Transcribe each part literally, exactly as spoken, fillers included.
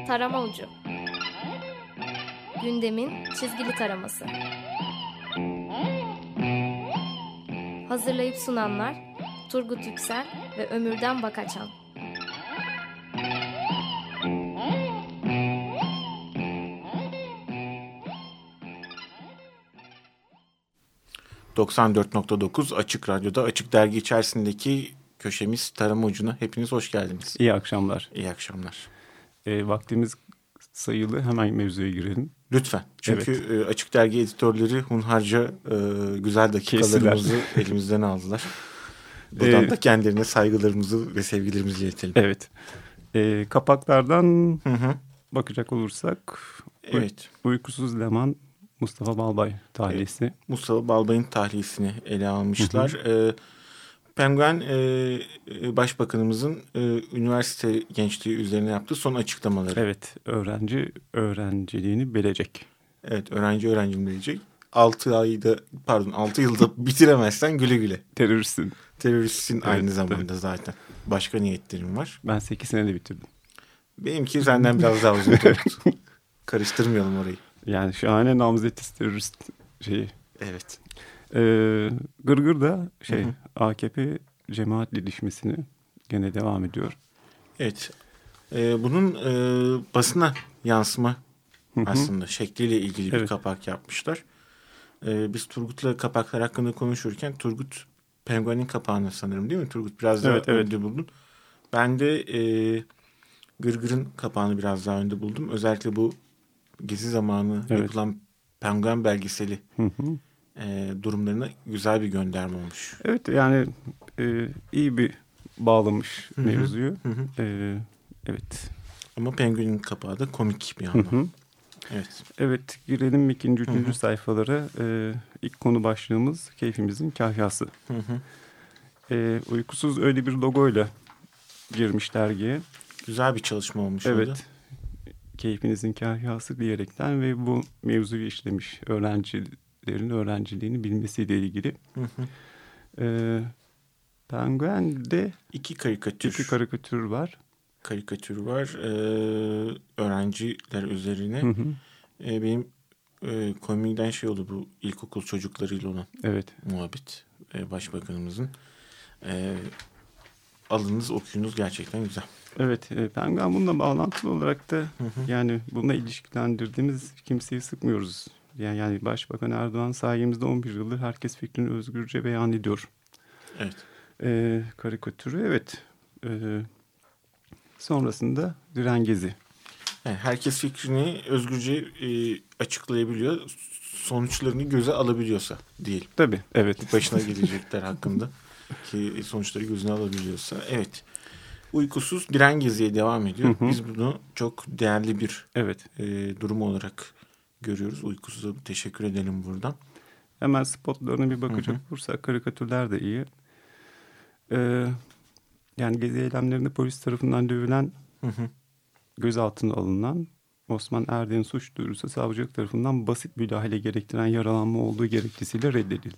Tarama Ucu. Gündemin çizgili taraması. Hazırlayıp sunanlar Turgut Yüksel ve Ömürden Bakaçan. doksan dört nokta dokuz Açık Radyo'da Açık Dergi içerisindeki köşemiz Tarama Ucu'na hepiniz hoş geldiniz. İyi akşamlar. İyi akşamlar. E, vaktimiz sayılı, hemen mevzuya girelim. Lütfen. Çünkü evet. Açık Dergi editörleri hunharca e, güzel dakikalarımızı elimizden aldılar. Buradan ee, da kendilerine saygılarımızı ve sevgilerimizi iletelim. Evet. E, kapaklardan hı hı. bakacak olursak evet. Uy- Uykusuz Leman, Mustafa Balbay tahliyesi. Evet. Mustafa Balbay'ın tahliyesini ele almışlar. Hı hı. E, Penguen e, Başbakanımızın e, üniversite gençliği üzerine yaptığı son açıklamaları. Evet. Öğrenci öğrenciliğini bilecek. Evet. Öğrenci öğrenciliğini bilecek. altı ayda pardon altı yılda bitiremezsen güle güle. Teröristsin. Teröristsin evet, aynı zamanda evet. zaten. Başka niyetlerim var. Ben sekiz senede bitirdim. Benimki senden biraz daha uzun oldu. Karıştırmayalım orayı. Yani şahane namzetiz terörist şeyi. Evet. Ee, Gırgır da şey hı hı. A K P cemaat didişmesini gene devam ediyor. Evet. Ee, bunun e, basına yansıma hı hı. aslında şekliyle ilgili bir evet. kapak yapmışlar. Ee, biz Turgut'la kapaklar hakkında konuşurken Turgut Penguen'in kapağını sanırım değil mi Turgut? Biraz daha evet, önde evet. buldun. Ben de e, Gırgır'ın kapağını biraz daha önde buldum. Özellikle bu gezi zamanı evet. yapılan Penguen belgeseli hı hı. E, durumlarına güzel bir gönderme olmuş. Evet yani e, iyi bir bağlamış hı hı. mevzuyu. Hı hı. E, evet. Ama Penguen'in kapağı da komik bir yandan. Hı hı. Evet. Evet girelim ikinci, üçüncü hı hı. sayfalara. E, ilk konu başlığımız keyfimizin kahyası. Hı hı. E, uykusuz öyle bir logoyla girmiş dergiye. Güzel bir çalışma olmuş evet. orada. Keyfinizin kahyası diyerekten ve bu mevzuyu işlemiş öğrencilerin öğrenciliğini bilmesiyle ilgili. Hı hı. E, Penguen'de iki karikatür. iki karikatür var. Karikatür var. Ee, öğrenciler üzerine. Hı hı. Ee, benim e, komikten şey oldu bu ilkokul çocuklarıyla olan evet. muhabbet. E, başbakanımızın. E, alınız okuyunuz gerçekten güzel. Evet. E, Penguen bununla bağlantılı olarak da hı hı. yani bununla ilişkilendirdiğimiz kimseyi sıkmıyoruz. Yani, yani Başbakan Erdoğan sayemizde on bir yıldır herkes fikrini özgürce beyan ediyor. Evet. E, karikatürü evet. E, sonrasında Diren Gezi. Yani herkes fikrini özgürce e, açıklayabiliyor. Sonuçlarını göze alabiliyorsa değil. Tabii evet. Başına gelecekler hakkında ki sonuçları gözüne alabiliyorsa. Evet. Uykusuz Diren Gezi'ye devam ediyor. Hı hı. Biz bunu çok değerli bir evet. e, durum olarak görüyoruz. Uykusuz'a teşekkür edelim buradan. Hemen spotlarına bir bakacak olursak karikatürler de iyi. Ee, yani gezi eylemlerinde polis tarafından dövülen, hı hı. gözaltına alınan Osman Erdem'in suç duyurusu savcılık tarafından basit müdahale gerektiren yaralanma olduğu gerekçesiyle reddedildi.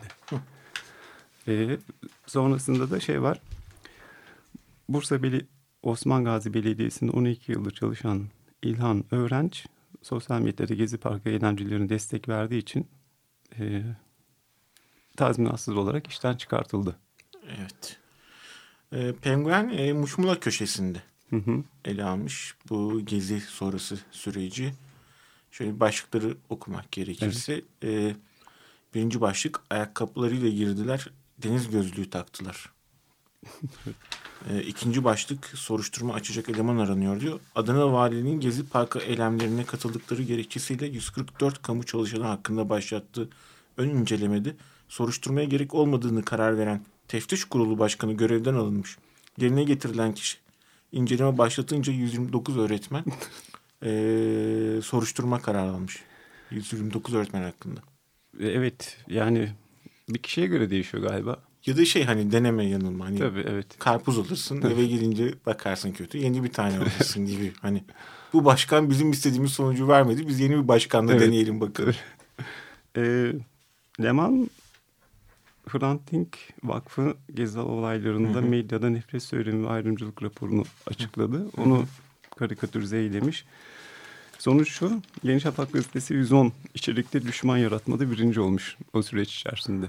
Ee, sonrasında da şey var. Bursa Beli- Osman Gazi Belediyesi'nde on iki yıldır çalışan İlhan Öğrenç sosyal medyada Gezi Parkı eğlencelerine destek verdiği için e, tazminatsız olarak işten çıkartıldı. Evet. E, Penguen e, Muşmula köşesinde hı hı. ele almış bu gezi sonrası süreci. Şöyle başlıkları okumak gerekirse evet. e, birinci başlık ayakkabılarıyla girdiler, deniz gözlüğü taktılar. e, ikinci başlık soruşturma açacak eleman aranıyor diyor. Adana Valiliğinin Gezi Parkı eylemlerine katıldıkları gerekçesiyle yüz kırk dört kamu çalışanı hakkında başlattığı ön incelemede soruşturmaya gerek olmadığını karar veren Teftiş Kurulu Başkanı görevden alınmış. Yerine getirilen kişi inceleme başlatınca yüz yirmi dokuz öğretmen e, soruşturma kararı almış. yüz yirmi dokuz öğretmen hakkında. Evet yani bir kişiye göre değişiyor galiba. Ya da şey hani deneme yanılma. Hani tabii evet. Karpuz alırsın eve gelince bakarsın kötü. Yeni bir tane alırsın gibi. Hani bu başkan bizim istediğimiz sonucu vermedi. Biz yeni bir başkanla evet. deneyelim bakalım. e, Leman Hrant Dink Vakfı gezi olaylarında Hı-hı. medyada nefret söylemi ve ayrımcılık raporunu açıkladı. Hı-hı. Onu karikatürize eylemiş. Sonuç şu, Yeni Şafak gazetesi yüz on içerikte düşman yaratmada birinci olmuş o süreç içerisinde.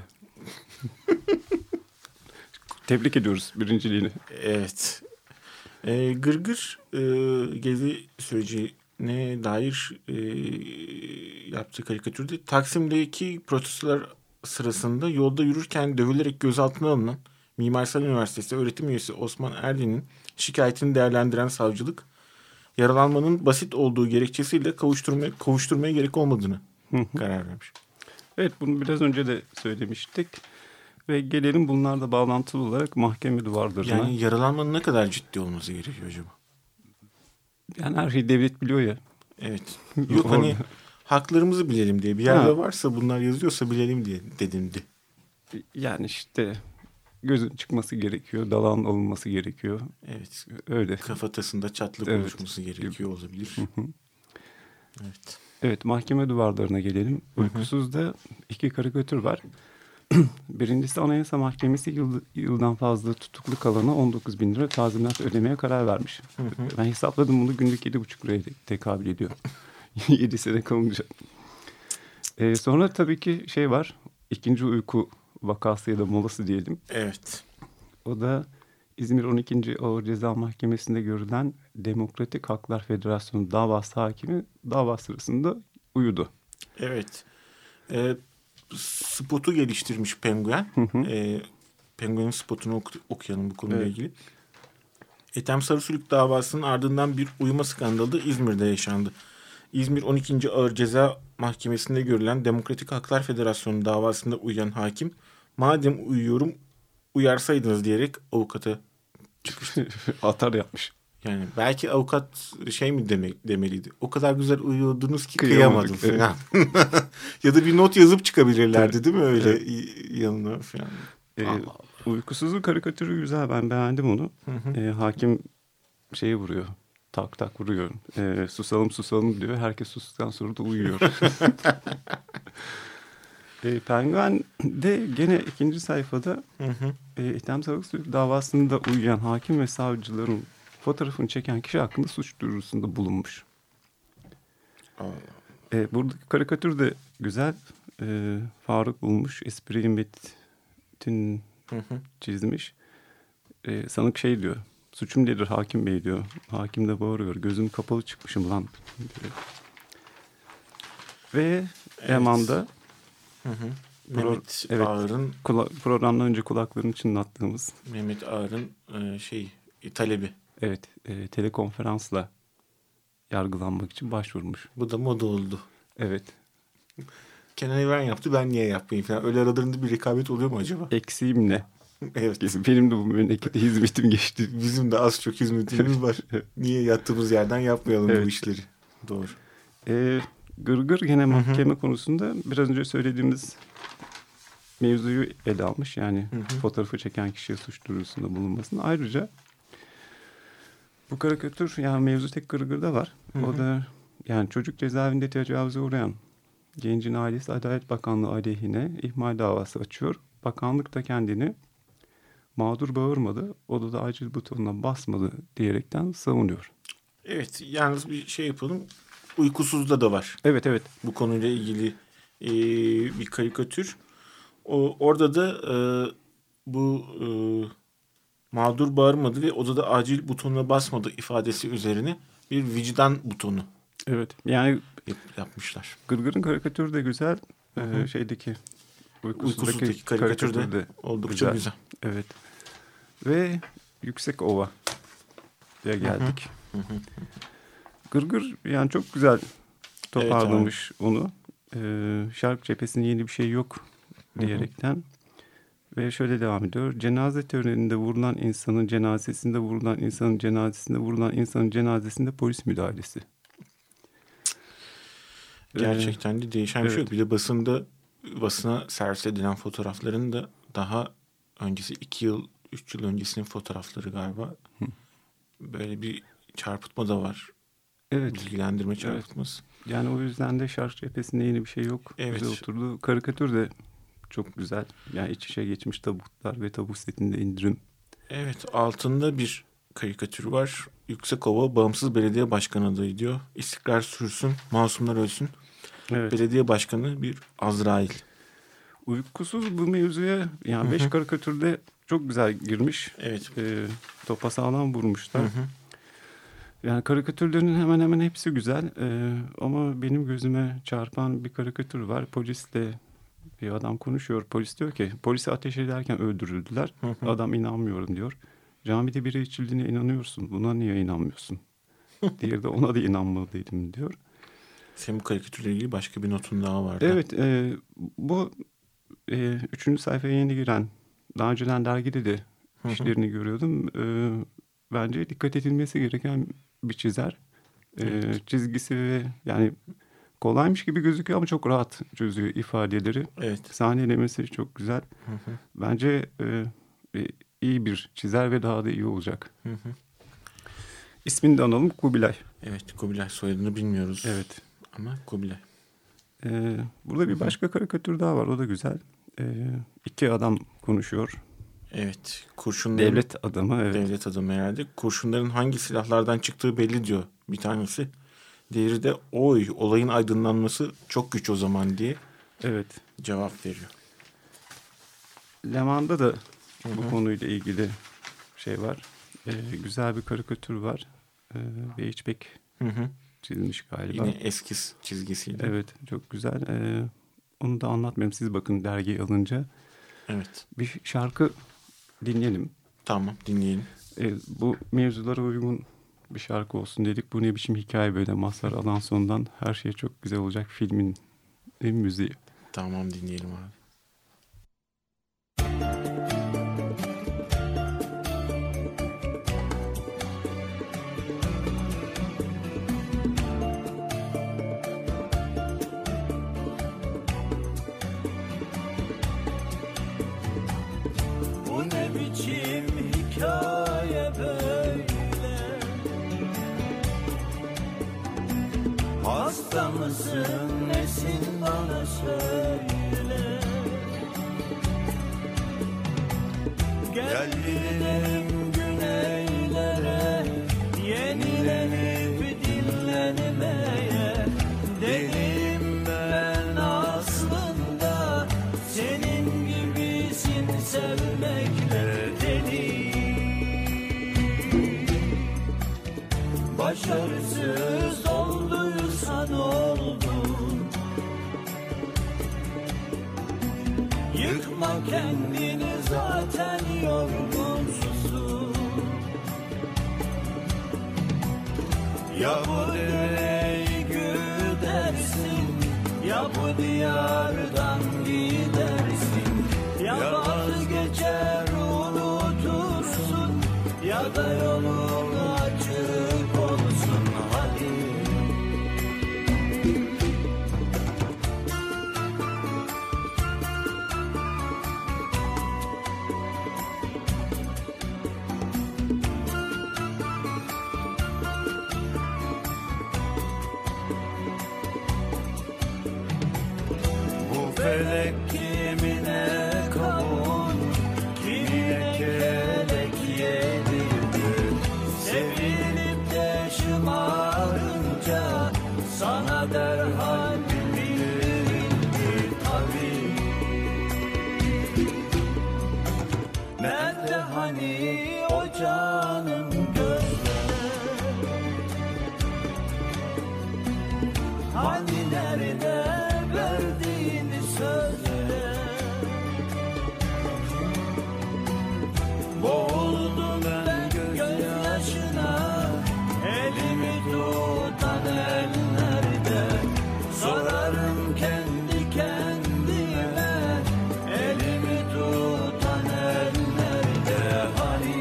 Tebrik ediyoruz birinciliğini. Evet. Ee, Gırgır e, gezi sürecine dair e, yaptığı karikatürde Taksim'deki protestolar sırasında yolda yürürken dövülerek gözaltına alınan Mimar Sinan Üniversitesi öğretim üyesi Osman Erdin'in şikayetini değerlendiren savcılık, yaralanmanın basit olduğu gerekçesiyle kavuşturmaya, kavuşturmaya gerek olmadığını karar vermiş. Evet, bunu biraz önce de söylemiştik. Ve gelelim bunlarla bağlantılı olarak mahkeme duvarlarına. Yani yaralanmanın ne kadar ciddi olması gerekiyor acaba? Yani her şeyi devlet biliyor ya. Evet. Yok hani haklarımızı bilelim diye. Bir yerde ha. varsa bunlar yazıyorsa bilelim diye dedimdi. Yani işte gözün çıkması gerekiyor. Dalağın alınması gerekiyor. Evet. Öyle. Kafatasında çatlak evet. oluşması gerekiyor olabilir. Evet. Evet, mahkeme duvarlarına gelelim. Uykusuz'da iki karikatür var. Birincisi Anayasa Mahkemesi yıl, yıldan fazla tutuklu kalana on dokuz bin lira tazminat ödemeye karar vermiş. Hı hı. Ben hesapladım, bunu günlük yedi buçuk liraya tekabül ediyor. yedi sene kalınca. Ee, sonra tabii ki şey var. İkinci uyku vakası ya da molası diyelim. Evet. O da İzmir on ikinci Ağır Ceza Mahkemesi'nde görülen Demokratik Haklar Federasyonu davası hakimi dava sırasında uyudu. Evet. Evet. Spotu geliştirmiş Penguen. Hı hı. E, Penguen'in spotunu oku, okuyalım bu konuyla evet. ilgili. Ethem Sarısülük davasının ardından bir uyuma skandalı da İzmir'de yaşandı. İzmir on ikinci Ağır Ceza Mahkemesi'nde görülen Demokratik Haklar Federasyonu davasında uyuyan hakim, madem uyuyorum uyarsaydınız diyerek avukata çıkıştı. Atar yapmış. Yani belki avukat şey mi demek demeliydi. O kadar güzel uyuyordunuz ki kıyamadım falan. Evet. Ya da bir not yazıp çıkabilirlerdi değil mi öyle evet. yanına falan. Ee, Uykusuzun karikatürü güzel, ben beğendim onu. Hı hı. Ee, hakim şeyi vuruyor. Tak tak vuruyor. Ee, susalım susalım diyor. Herkes sustuktan sonra da uyuyor. e, Penguen'de gene ikinci sayfada hı hı. E, Ethem Sarısülük davasında uyuyan hakim ve savcıların fotoğrafını çeken kişi hakkında suç duyurusunda bulunmuş. E, buradaki karikatür de güzel. E, Faruk bulmuş. Espriyi Metin hı hı. çizmiş. E, sanık şey diyor. Suçum nedir hakim bey diyor. Hakim de bağırıyor. Gözüm kapalı çıkmışım lan diyor. Ve evet. Yaman'da hı hı. Mehmet evet, Ağar'ın kula- programdan önce kulaklarını çınlattığımız Mehmet Ağar'ın e, şey talebi. Evet, e, telekonferansla yargılanmak için başvurmuş. Bu da moda oldu. Evet. Kenan Evren yaptı, ben niye yapmayayım falan. Öyle aralarında bir rekabet oluyor mu acaba? Eksiğim ne? Evet. Benim de bu memlekete hizmetim geçti. Bizim de az çok hizmetimiz var. Niye yattığımız yerden yapmayalım evet. bu işleri? Doğru. Ee, Gırgır gene mahkeme Hı-hı. konusunda biraz önce söylediğimiz mevzuyu ele almış. Yani Hı-hı. fotoğrafı çeken kişiye suç duyurusunda bulunmasını. Ayrıca bu karikatür, yani mevzu tek Gırgır'da var. Hı-hı. O da yani çocuk cezaevinde tecavüze uğrayan gencin ailesi Adalet Bakanlığı aleyhine ihmal davası açıyor. Bakanlık da kendini mağdur bağırmadı, odada acil butonuna basmadı diyerekten savunuyor. Evet, yalnız bir şey yapalım. Uykusuz'da da var. Evet, evet. Bu konuyla ilgili e, bir karikatür. O, orada da e, bu e, mağdur bağırmadı ve odada acil butonuna basmadı ifadesi üzerine bir vicdan butonu. Evet, yani yap, yapmışlar. Gırgır'ın karikatürü de güzel. Ee, şeydeki Uykusuz'daki, Uykusuz'daki karikatür de, de oldukça güzel. güzel. Evet. Ve Yüksek Ova'ya geldik. Hı hı. Gırgır yani çok güzel toparlamış evet, onu. Ee, Şark cephesinin yeni bir şey yok diyerekten. Hı hı. Ve şöyle devam ediyor. Cenaze töreninde vurulan insanın cenazesinde vurulan insanın cenazesinde vurulan insanın cenazesinde polis müdahalesi. Gerçekten de değişen evet. bir şey yok. Bir de basında basına servis edilen fotoğrafların da daha öncesi iki yıl, üç yıl öncesinin fotoğrafları galiba. Hı. Böyle bir çarpıtma da var. Evet. Bilgilendirme çarpıtması. Evet. Yani o yüzden de Şark cephesinde yeni bir şey yok. Evet. Güzel oturdu. Karikatür de çok güzel. Yani iç içe geçmiş tabutlar ve tabut setinde indirim. Evet. Altında bir karikatür var. Yüksekova bağımsız belediye başkanı adayı diyor. İstikrar sürsün, masumlar ölsün. Evet. Belediye başkanı bir Azrail. Uykusuz bu mevzuya yani beş karikatürde çok güzel girmiş. Evet. E, topa sağlam vurmuşlar. Hı hı. Yani karikatürlerin hemen hemen hepsi güzel. E, ama benim gözüme çarpan bir karikatür var. Polisle bir adam konuşuyor. Polis diyor ki polisi ateş ederken öldürüldüler. Hı hı. Adam inanmıyorum diyor. Camide biri içildiğine inanıyorsun. Buna niye inanmıyorsun? Diğeri de ona da inanmalıydım diyor. Senin bu karikatürle ilgili başka bir notun daha vardı. Evet. E, bu e, üçüncü sayfaya yeni giren, daha önceden dergide de Hı hı. işlerini görüyordum. E, bence dikkat edilmesi gereken bir çizer. E, Evet. Çizgisi ve yani kolaymış gibi gözüküyor ama çok rahat çözüyor ifadeleri. Evet. Sahnelemesi çok güzel. Hı hı. Bence e, e, iyi bir çizer ve daha da iyi olacak. Hı hı. İsmini de analım, Kubilay. Evet, Kubilay, soyadını bilmiyoruz. Evet. Ama Kubilay. E, burada bir başka karikatür daha var, o da güzel. E, iki adam konuşuyor. Evet, kurşunların... Devlet adamı. Evet. Devlet adamı herhalde. Kurşunların hangi silahlardan çıktığı belli diyor bir tanesi. Diğeri de oy olayın aydınlanması çok güç o zaman diye Evet. cevap veriyor. Leman'da da Hı bu hı. konuyla ilgili şey var. E, güzel bir karikatür var. E, ve hiç pek Hı hı. çizilmiş galiba. Yine eskiz çizgisiyle. Evet, çok güzel. E, onu da anlatmayayım. Siz bakın dergiyi alınca. Evet. Bir şarkı dinleyelim. Tamam, dinleyelim. E, bu mevzulara uygun bir şarkı olsun dedik. Bu ne biçim hikaye böyle, Mazhar Alanson'dan Her Şey Çok Güzel Olacak filmin en müziği. Tamam, dinleyelim abi. Bu ne biçim hikaye böyle? Hasta mısın, nesin bana söyle. Gel gidelim güneylere, yenilenip dinlenmeye. Deliyim ben aslında, senin gibisin sevmekle deli. Başarısız olduysan oldun, yıkma kendini, zaten yorgunsuzsun. Ya bu deveyi güdersin, ya bu diyardan gidersin. Ya vazgeçer unutursun, ya da yolun açık olsun. Hadi. Bu felek kimine kavun, kimine kelek yedirdi. Sevilip de şımarınca sana derhal bildirildi tabii. Nerede hani o canım gözler? Hani nerede verdiğin sözler? Boğuldum ben gözyaşına, elimi tutan ellerde. Sorarım kendi kendime, elimi tutan ellerde. Hani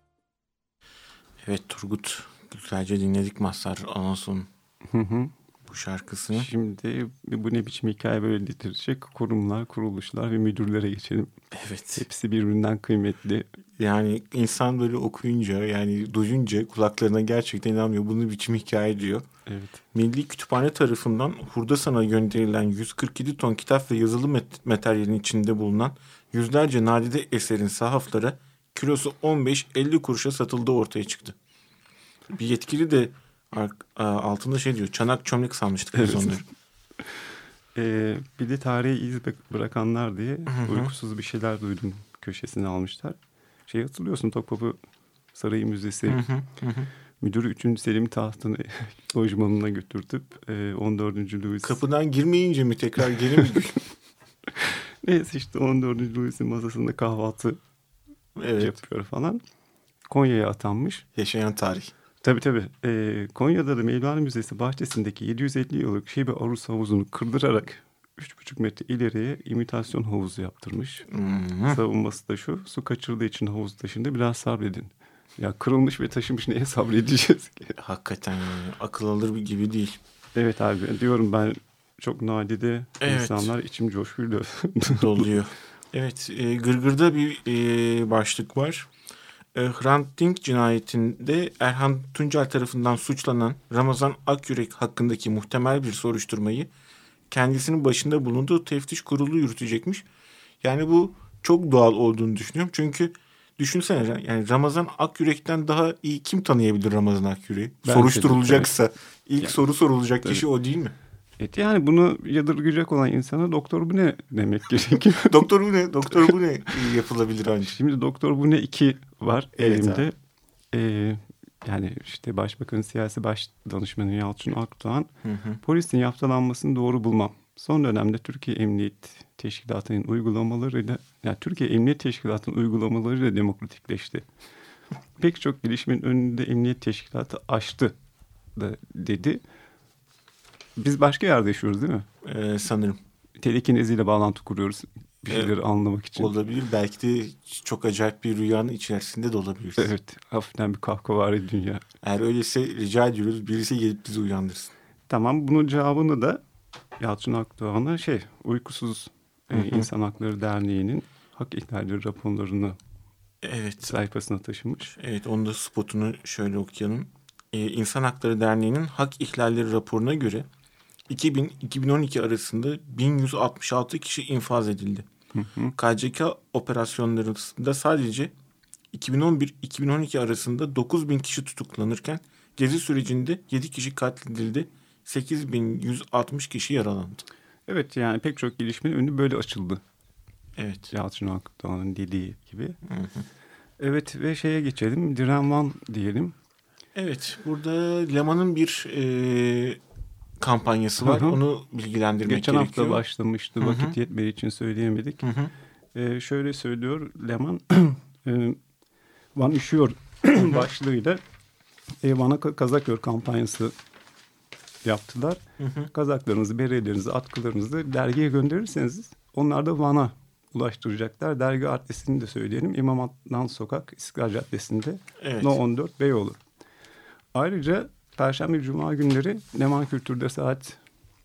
Evet Turgut, güzelce dinledik Mazhar Alanson'un Hı hı. bu bu şarkısını. Şimdi bu ne biçim hikaye böyle ditirecek kurumlar, kuruluşlar ve müdürlere geçelim. Evet. Hepsi birbirinden kıymetli. Yani insan böyle okuyunca, yani duyunca kulaklarına gerçekten inanmıyor. Bunu biçim hikaye diyor. Evet. Milli Kütüphane tarafından Hurdasan'a gönderilen yüz kırk yedi ton kitap ve yazılı met- materyalin içinde bulunan yüzlerce nadide eserin sahaflara kilosu on beş elli kuruşa satıldığı ortaya çıktı. Bir yetkili de altında şey diyor, çanak çömlek sanmıştık biz Evet. onları. Ee, bir de tarihe iz bırakanlar diye hı hı. uykusuz bir şeyler duydum köşesine almışlar. Şey hatırlıyorsun, Topkapı Sarayı Müzesi Hı hı, hı. müdürü üçüncü Selim'i tahtını lojmanına götürtüp e, on dördüncü Louis... Kapıdan girmeyince mi tekrar geri mi? Neyse işte on dördüncü Louis'in masasında kahvaltı evet. yapıyor falan. Konya'ya atanmış. Yaşayan tarih. Tabii tabii. Ee, Konya'da da Mevlana Müzesi bahçesindeki yedi yüz elli yıllık Şebi Arus havuzunu kırdırarak üç buçuk metre ileriye imitasyon havuzu yaptırmış. Hmm. Savunması da şu: su kaçırdığı için havuz taşındı, biraz sabredin. Ya kırılmış ve taşımış, neye sabredeceğiz ki? Hakikaten yani akıl alır bir gibi değil. Evet abi, diyorum ben, çok nadide evet. insanlar içim coşkuyla doluyor. Evet, e, Gırgır'da bir e, başlık var. E, Hrant Dink cinayetinde Erhan Tuncel tarafından suçlanan Ramazan Akyürek hakkındaki muhtemel bir soruşturmayı kendisinin başında bulunduğu teftiş kurulu yürütecekmiş. Yani bu çok doğal olduğunu düşünüyorum. Çünkü düşünsene, yani Ramazan Akyürek'ten daha iyi kim tanıyabilir Ramazan Akyürek'i? Soruşturulacaksa ilk yani, soru sorulacak tabii. kişi o değil mi? Evet, yani bunu yadırgayacak olan insana doktor bu ne demek gerekiyor. Doktor bu ne? Doktor bu ne yapılabilir ancak. Şimdi doktor bu ne iki var evet, elimde. Ee, yani işte Başbakanın siyasi baş danışmanı Yalçın Akdoğan, hı hı. polisin yaftalanmasını doğru bulmam. Son dönemde Türkiye Emniyet Teşkilatı'nın uygulamalarıyla, yani Türkiye Emniyet Teşkilatı'nın uygulamalarıyla demokratikleşti. Pek çok gelişmenin önünde Emniyet Teşkilatı aştı da dedi. Biz başka yerde yaşıyoruz değil mi? Ee, sanırım. Telekineziyle bağlantı kuruyoruz bir şeyleri evet, anlamak için. Olabilir. Belki de çok acayip bir rüyanın içerisinde de olabiliriz. Evet. Hafiften bir kahkahavari dünya. Eğer öyleyse rica ediyoruz, birisi gelip bizi uyandırsın. Tamam, bunun cevabını da Yalçın Akdoğan'a şey, Uykusuz hı hı. E, İnsan Hakları Derneği'nin hak ihlalleri raporlarını evet. sayfasına taşımış. Evet, onun da spotunu şöyle okuyalım. Ee, İnsan Hakları Derneği'nin hak ihlalleri raporuna göre iki bin iki bin on iki arasında bin yüz altmış altı kişi infaz edildi. Hı hı. K C K operasyonlarında sadece iki bin on bir iki bin on iki arasında dokuz bin kişi tutuklanırken Gezi sürecinde yedi kişi katledildi. sekiz bin yüz altmış kişi yaralandı. Evet, yani pek çok gelişmenin önü böyle açıldı. Evet. Yalçın Akdoğan'ın dediği gibi. Hı hı. Evet, ve şeye geçelim. Diren Van diyelim. Evet, burada Leman'ın bir e, kampanyası var. Hı hı. Onu bilgilendirmek Geçen gerekiyor. Geçen hafta başlamıştı. Hı hı. Vakit yetmediği için söyleyemedik. Hı hı. E, şöyle söylüyor Leman. e, Van üşüyor başlığıyla e, Van'a kazak ör kampanyası yaptılar. Hı hı. Kazaklarınızı, berelerinizi, atkılarınızı dergiye gönderirseniz onlar da Van'a ulaştıracaklar. Dergi adresini de söyleyelim. İmam Adnan Sokak, İstiklal Caddesi'nde. Evet. No on dört Beyoğlu. Ayrıca Perşembe Cuma günleri Leman Kültür'de saat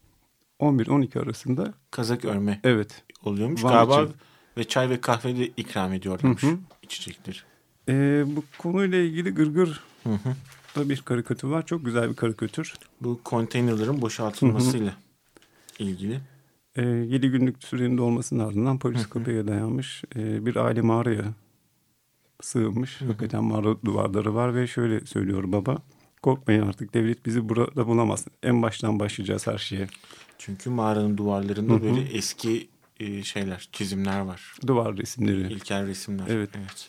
on bir on iki arasında kazak örme evet. oluyormuş. Van galiba için. Ve çay ve kahve de ikram ediyorlarmış içecekleri. Ee, bu konuyla ilgili Gırgır hı hı. da bir karikatür var. Çok güzel bir karikatür. Bu konteynerlerin boşaltılmasıyla hı hı. ilgili. Ee, yedi günlük sürenin dolmasının ardından polis kapıya dayanmış. Ee, bir aile mağaraya sığınmış. Hı hı. Hakikaten mağara duvarları var ve şöyle söylüyor baba. Korkmayın, artık devlet bizi burada bulamaz. En baştan başlayacağız her şeye. Çünkü mağaranın duvarlarında hı hı. böyle eski e, şeyler, çizimler var. Duvar resimleri. İlkel resimler. Evet. evet.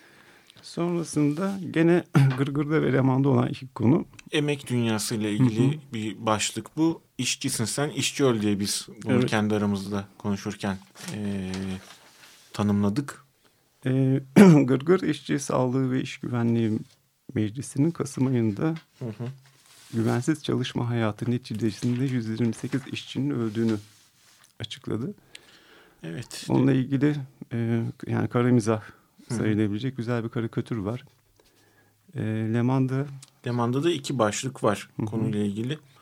Sonrasında gene Gırgır'da ve Leman'da olan iki konu. Emek dünyasıyla ilgili hı hı. bir başlık bu. İşçisin sen, işçi öl diye biz bunu evet. kendi aramızda konuşurken e, tanımladık. E, Gırgır İşçi Sağlığı ve İş Güvenliği Meclisi'nin Kasım ayında hı hı. güvensiz çalışma hayatı neticesinde yüz yirmi sekiz işçinin öldüğünü açıkladı. Evet. Onunla ilgili e, yani kara mizah sayılabilecek güzel bir karikatür var. E, Leman'da Leman'da da iki başlık var hı hı. konuyla ilgili.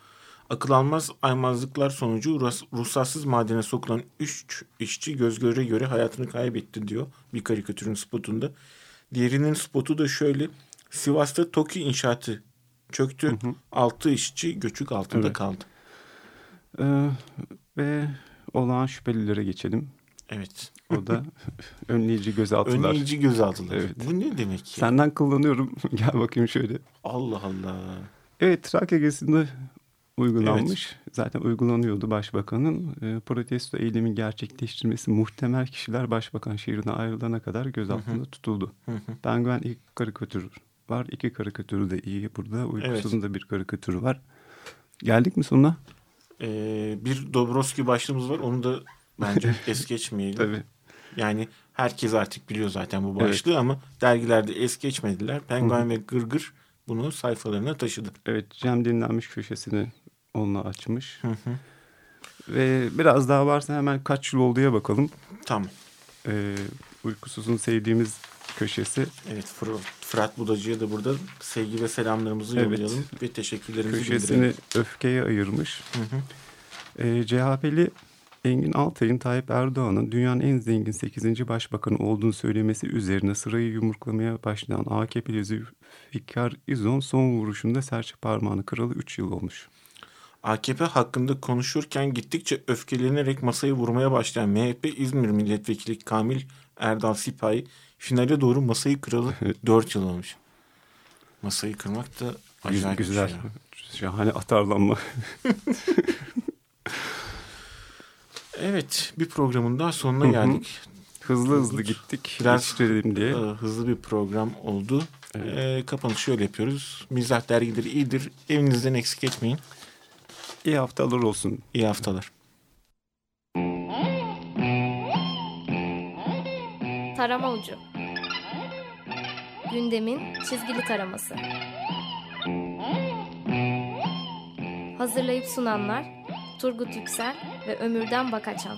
Akıl almaz aymazlıklar sonucu ruhs- ruhsatsız madene sokulan üç işçi göz göre göre hayatını kaybetti diyor bir karikatürün spotunda. Diğerinin spotu da şöyle: Sivas'ta TOKİ inşaatı çöktü. Hı hı. Altı işçi göçük altında evet. kaldı. Ee, ve olağan şüphelilere geçelim. Evet. O da önleyici gözaltılar. Önleyici gözaltılar. Evet. Bu ne demek ya? Senden kullanıyorum. Gel bakayım şöyle. Allah Allah. Evet, Trakya gezisinde uygulanmış. Evet. Zaten uygulanıyordu başbakanın. E, protesto eylemin gerçekleştirmesi muhtemel kişiler başbakan şehrine ayrılana kadar gözaltında tutuldu. Hı hı. Penguen ilk karikatür var. İki karikatürü de iyi burada. Uykusuzun evet. da bir karikatürü var. Geldik mi sonuna? Ee, bir Dobrovski başlığımız var. Onu da bence es geçmeyelim. Tabii. Yani herkes artık biliyor zaten bu başlığı evet. ama dergilerde es geçmediler. Penguen Hı-hı. ve Gırgır bunu sayfalarına taşıdı. Evet, Cem dinlenmiş köşesini onunla açmış. Hı hı. Ve biraz daha varsa hemen kaç yıl olduya bakalım. Tamam. Ee, Uykusuzun sevdiğimiz köşesi. Evet, Fırat, Fırat Budacı'ya da burada sevgi ve selamlarımızı evet. yollayalım ve teşekkürlerimizi köşesini bildirelim. Köşesini öfkeye ayırmış. Hı hı. Ee, C H P'li Engin Altay'ın Tayyip Erdoğan'ın dünyanın en zengin sekizinci başbakanı olduğunu söylemesi üzerine sırayı yumruklamaya başlayan A K P'li Zülfikar İzon son vuruşunda serçe parmağını kıralı üç yıl olmuş. A K P hakkında konuşurken gittikçe öfkelenerek masayı vurmaya başlayan M H P İzmir Milletvekili Kamil Erdal Sipahi finale doğru masayı kıralı dört yıl olmuş. Masayı kırmak da acayip güzel. Bir şey. Şahane atarlanma. Evet, bir programın daha sonuna geldik. Hızlı hızlı gittik. Biraz diye. hızlı bir program oldu. Evet. Ee, kapanışı şöyle yapıyoruz. Mizah dergileri iyidir. Evinizden eksik etmeyin. İyi haftalar olsun. İyi haftalar. Tarama Ucu. Gündemin çizgili taraması. Hazırlayıp sunanlar Turgut Yüksel ve Ömürden Bakaçan.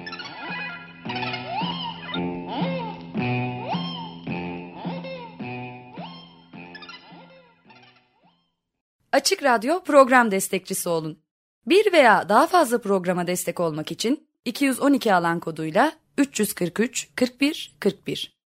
Açık Radyo program destekçisi olun. Bir veya daha fazla programa destek olmak için iki yüz on iki alan koduyla üç yüz kırk üç kırk bir kırk bir